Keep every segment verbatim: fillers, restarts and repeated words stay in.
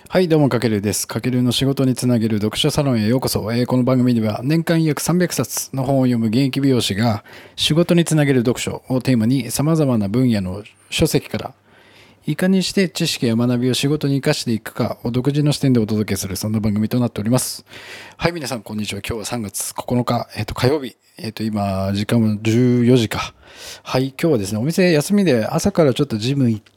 はい、どうも、かけるです。かけるの仕事につなげる読書サロンへようこそ。えーこの番組では年間約さんびゃくさつの本を読む現役美容師が仕事につなげる読書をテーマに様々な分野の書籍からいかにして知識や学びを仕事に生かしていくかを独自の視点でお届けする、そんな番組となっております。はい、皆さん、こんにちは。今日はさんがつここのか、えっ、と、火曜日。えっ、と、今、時間はじゅうよじか。はい、今日はですね、お店休みで朝からちょっとジム行って、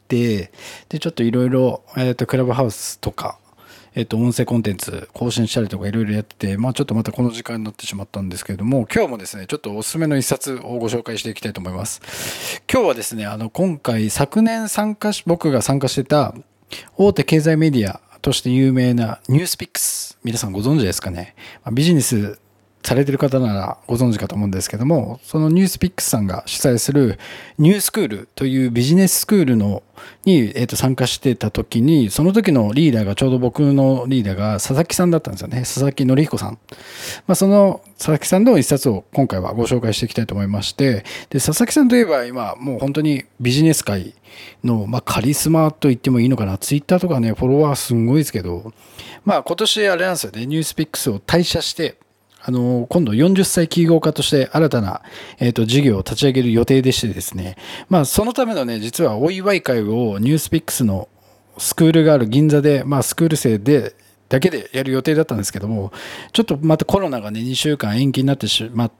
で、ちょっといろいろ、えっ、と、クラブハウスとか、えっと、音声コンテンツ更新したりとかいろいろやってて、まあちょっとまたこの時間になってしまったんですけれども、今日もですね、ちょっとおすすめの一冊をご紹介していきたいと思います。今日はですね、あの、今回昨年参加し、僕が参加してた大手経済メディアとして有名なニュースピックス、皆さんご存知ですかね。ビジネスされてる方ならご存知かと思うんですけども、そのニュースピックスさんが主催するニュースクールというビジネススクールのに、えー、と参加してた時に、その時のリーダーがちょうど僕のリーダーが佐々木さんだったんですよね。佐々木則彦さん。まあ、その佐々木さんの一冊を今回はご紹介していきたいと思いまして、で、佐々木さんといえば今もう本当にビジネス界の、まあ、カリスマと言ってもいいのかな。ツイッターとかね、フォロワーすごいですけど、まあ今年あれなんですよね、ニュースピックスを退社して、あの、今度よんじゅっさい起業家として新たな、えっと、事業を立ち上げる予定でしてですね。まあ、そのためのね、実はお祝い会をニュースピックスのスクールがある銀座で、まあ、スクール生で、だけでやる予定だったんですけども、ちょっとまたコロナがね、にしゅうかん延期になってしまって、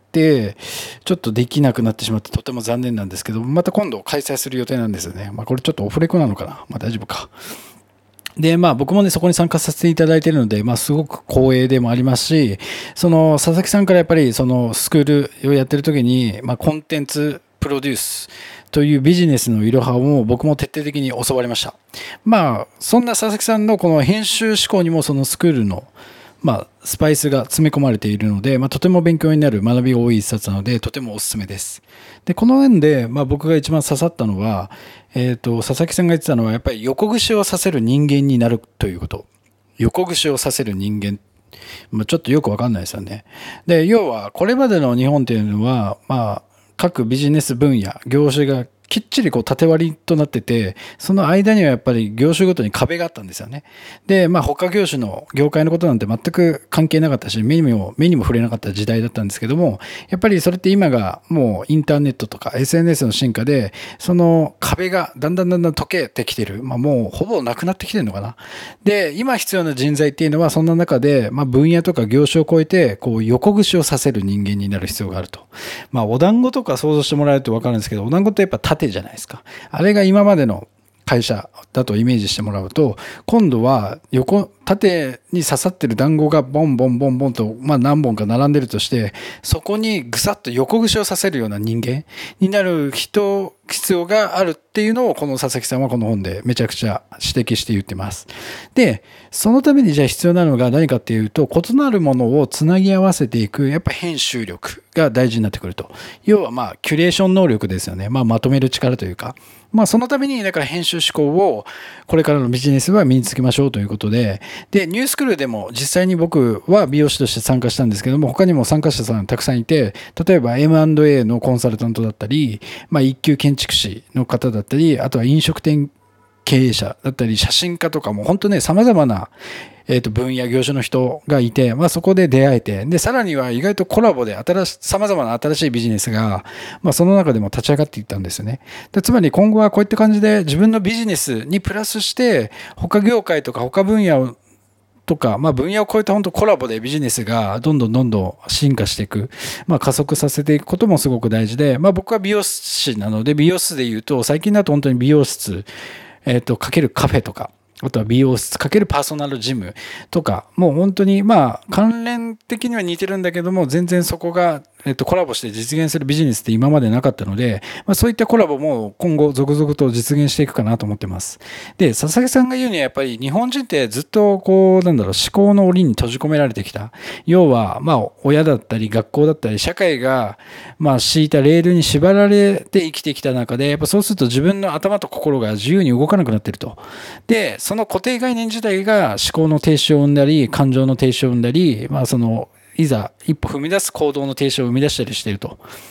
ちょっとできなくなってしまって、とても残念なんですけど、また今度開催する予定なんですよね。まあ、これちょっとオフレコなのかな。まあ、大丈夫か。で、まあ僕もね、そこに参加させていただいているので、まあすごく光栄でもありますし、その佐々木さんからやっぱりそのスクールをやってる時に、まあコンテンツプロデュースというビジネスのいろはを僕も徹底的に教わりました。まあそんな佐々木さんのこの編集思考にもそのスクールのまあ、スパイスが詰め込まれているので、まあ、とても勉強になる学びが多い一冊なので、とてもおすすめです。で、この縁で、まあ、僕が一番刺さったのは、えっと、佐々木さんが言ってたのは、やっぱり横串をさせる人間になるということ。横串をさせる人間。まあ、ちょっとよくわかんないですよね。で、要は、これまでの日本っていうのは、まあ、各ビジネス分野、業種がきっちりこう縦割りとなってて、その間にはやっぱり業種ごとに壁があったんですよね。で、まあ他業種の業界のことなんて全く関係なかったし、目にも、目にも触れなかった時代だったんですけども、やっぱりそれって今がもうインターネットとか エスエヌエス の進化で、その壁がだんだんだんだん溶けてきてる。まあもうほぼなくなってきてるのかな。で、今必要な人材っていうのはそんな中で、まあ分野とか業種を超えて、こう横串をさせる人間になる必要があると。まあお団子とか想像してもらえるとわかるんですけど、お団子ってやっぱ縦じゃないですか。あれが今までの会社だとイメージしてもらうと、今度は横、縦に刺さってる団子がボンボンボンボンと、まあ何本か並んでるとして、そこにぐさっと横串をさせるような人間になる人、必要があるっていうのを、この佐々木さんはこの本でめちゃくちゃ指摘して言ってます。で、そのためにじゃあ必要なのが何かっていうと、異なるものをつなぎ合わせていく、やっぱ編集力が大事になってくると。要はまあ、キュレーション能力ですよね。まあ、まとめる力というか。まあ、そのために、だから編集思考を、これからのビジネスは身につけましょうということで、で、ニュースクールでも実際に僕は美容師として参加したんですけども、他にも参加者さんたくさんいて、例えば エムアンドエー のコンサルタントだったり、まあ、一級建築士の方だったり、あとは飲食店経営者だったり、写真家とかも本当ね、様々な、えっと、分野、業種の人がいて、まあそこで出会えて、で、さらには意外とコラボで新し、様々な新しいビジネスが、まあその中でも立ち上がっていったんですよね。で、つまり今後はこういった感じで自分のビジネスにプラスして、他業界とか他分野をとか、まあ分野を超えた本当コラボでビジネスがどんどんどんどん進化していく、まあ加速させていくこともすごく大事で、まあ僕は美容師なので、美容室で言うと、最近だと本当に美容室、えっと、かけるカフェとか、あとは美容室かけるパーソナルジムとか、もう本当にまあ関連的には似てるんだけども、全然そこが、えっと、コラボして実現するビジネスって今までなかったので、まあそういったコラボも今後続々と実現していくかなと思ってます。で、佐々木さんが言うにはやっぱり日本人ってずっとこう、なんだろう、思考の檻に閉じ込められてきた。要は、まあ親だったり学校だったり社会が、まあ敷いたレールに縛られて生きてきた中で、やっぱそうすると自分の頭と心が自由に動かなくなってると。で、その固定概念自体が思考の停止を生んだり、感情の停止を生んだり、まあその、いざ一歩踏み出す行動の停止を生み出したりしていると。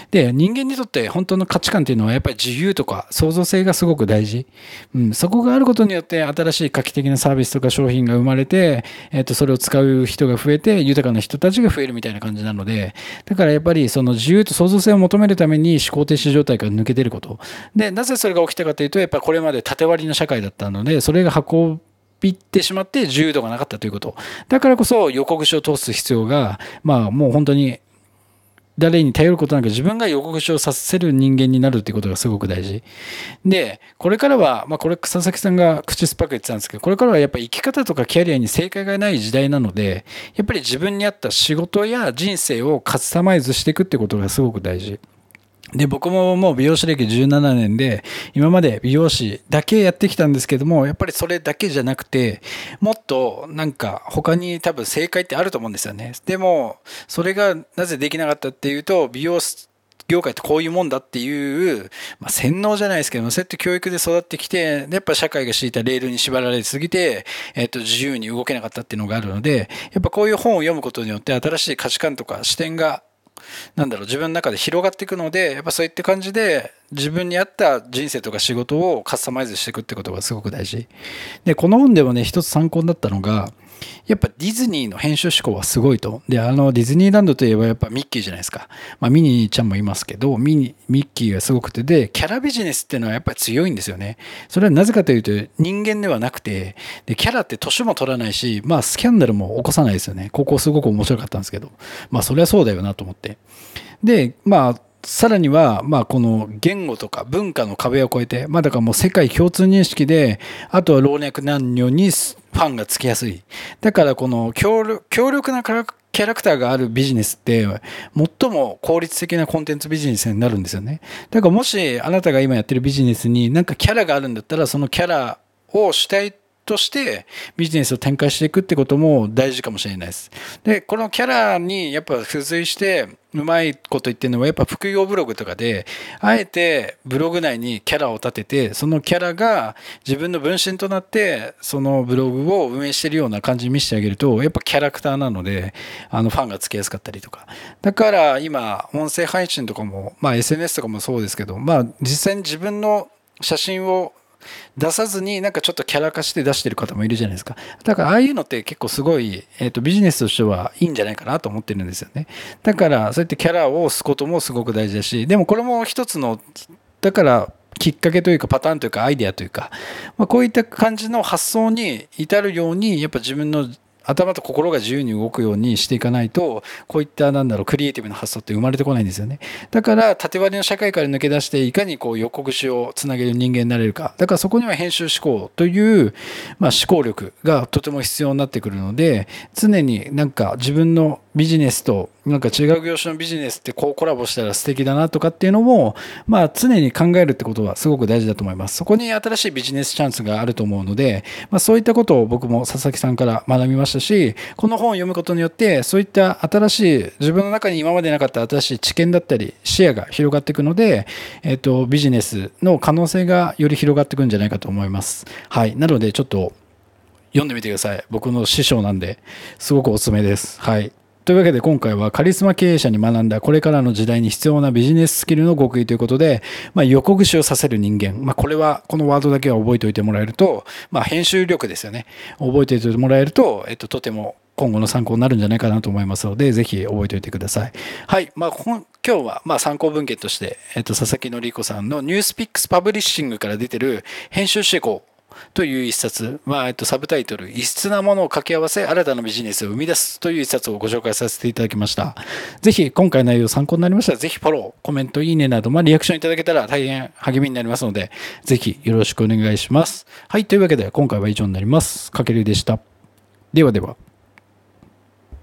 で、人間にとって本当の価値観っていうのはやっぱり自由とか創造性がすごく大事。うん、そこがあることによって新しい画期的なサービスとか商品が生まれて、えっと、それを使う人が増えて豊かな人たちが増えるみたいな感じなので、だからやっぱりその自由と創造性を求めるために思考停止状態から抜けてること。で、なぜそれが起きたかというと、やっぱりこれまで縦割りの社会だったので、それが運びってしまって自由度がなかったということ。だからこそ横串を通す必要が、まあもう本当に誰に頼ることなく自分が横串をさせる人間になるっていうことがすごく大事。で、これからは、まあこれ佐々木さんが口酸っぱく言ってたんですけど、これからはやっぱり生き方とかキャリアに正解がない時代なので、やっぱり自分に合った仕事や人生をカスタマイズしていくってことがすごく大事。で、僕ももう美容師歴じゅうななねんで、今まで美容師だけやってきたんですけども、やっぱりそれだけじゃなくて、もっとなんか他に多分正解ってあると思うんですよね。でも、それがなぜできなかったっていうと、美容業界ってこういうもんだっていう、まあ、洗脳じゃないですけども、そうやって教育で育ってきて、やっぱ社会が敷いたレールに縛られすぎて、えっと、自由に動けなかったっていうのがあるので、やっぱこういう本を読むことによって新しい価値観とか視点がなんだろう、自分の中で広がっていくので、やっぱそういった感じで自分に合った人生とか仕事をカスタマイズしていくってことがすごく大事。で、この本でもね、一つ参考になったのが、やっぱディズニーの編集思考はすごいと。で、あのディズニーランドといえばやっぱミッキーじゃないですか。まあミニーちゃんもいますけど、ミニ、ミッキーがすごくて、で、キャラビジネスっていうのはやっぱり強いんですよね。それはなぜかというと人間ではなくて、で、キャラって年も取らないし、まあスキャンダルも起こさないですよね。ここすごく面白かったんですけど。まあそれはそうだよなと思って。で、まあ、さらには、まあ、この言語とか文化の壁を越えて、まあ、だからもう世界共通認識で、あとは老若男女にファンがつきやすい。だから、この強力強力なキャラクターがあるビジネスって、最も効率的なコンテンツビジネスになるんですよね。だからもし、あなたが今やってるビジネスになんかキャラがあるんだったら、そのキャラを主体としてビジネスを展開していくってことも大事かもしれないです。で、このキャラにやっぱ付随してうまいこと言ってるのはやっぱ副業ブログとかで、あえてブログ内にキャラを立てて、そのキャラが自分の分身となってそのブログを運営しているような感じに見せてあげると、やっぱキャラクターなので、あのファンがつきやすかったりとか。だから今、音声配信とかも、まあ エスエヌエス とかもそうですけど、まあ実際に自分の写真を出さずになんかちょっとキャラ化して出してる方もいるじゃないですか。だからああいうのって結構すごい、えっと、ビジネスとしてはいいんじゃないかなと思ってるんですよね。だからそうやってキャラを押すこともすごく大事だし、でもこれも一つの、だからきっかけというかパターンというかアイデアというか、まあ、こういった感じの発想に至るようにやっぱ自分の頭と心が自由に動くようにしていかないと、こういったなんだろうクリエイティブな発想って生まれてこないんですよね。だから縦割りの社会から抜け出していかにこう横串をつなげる人間になれるか。だからそこには編集思考という、まあ、思考力がとても必要になってくるので、常になんか自分のビジネスとなんか違う業種のビジネスってこうコラボしたら素敵だなとかっていうのも、まあ常に考えるってことはすごく大事だと思います。そこに新しいビジネスチャンスがあると思うので、まあそういったことを僕も佐々木さんから学びましたし、この本を読むことによってそういった新しい自分の中に今までなかった新しい知見だったり視野が広がっていくので、えっとビジネスの可能性がより広がっていくんじゃないかと思います。はい。なのでちょっと読んでみてください。僕の師匠なんで、すごくおすすめです。はい。というわけで今回はカリスマ経営者に学んだこれからの時代に必要なビジネススキルの極意ということで、まあ、横串をさせる人間。まあ、これは、このワードだけは覚えておいてもらえると、まあ、編集力ですよね。覚えておいてもらえると、えっと、とても今後の参考になるんじゃないかなと思いますので、ぜひ覚えておいてください。はい。まあ、今日は、まあ、参考文献として、えっと、佐々木典子さんのニュースピックスパブリッシングから出てる編集思考という一冊、まあ、えっと、サブタイトル、異質なものを掛け合わせ、新たなビジネスを生み出すという一冊をご紹介させていただきました。ぜひ、今回の内容参考になりましたら、ぜひフォロー、コメント、いいねなど、まあ、リアクションいただけたら大変励みになりますので、ぜひよろしくお願いします。はい、というわけで、今回は以上になります。かけるでした。ではでは。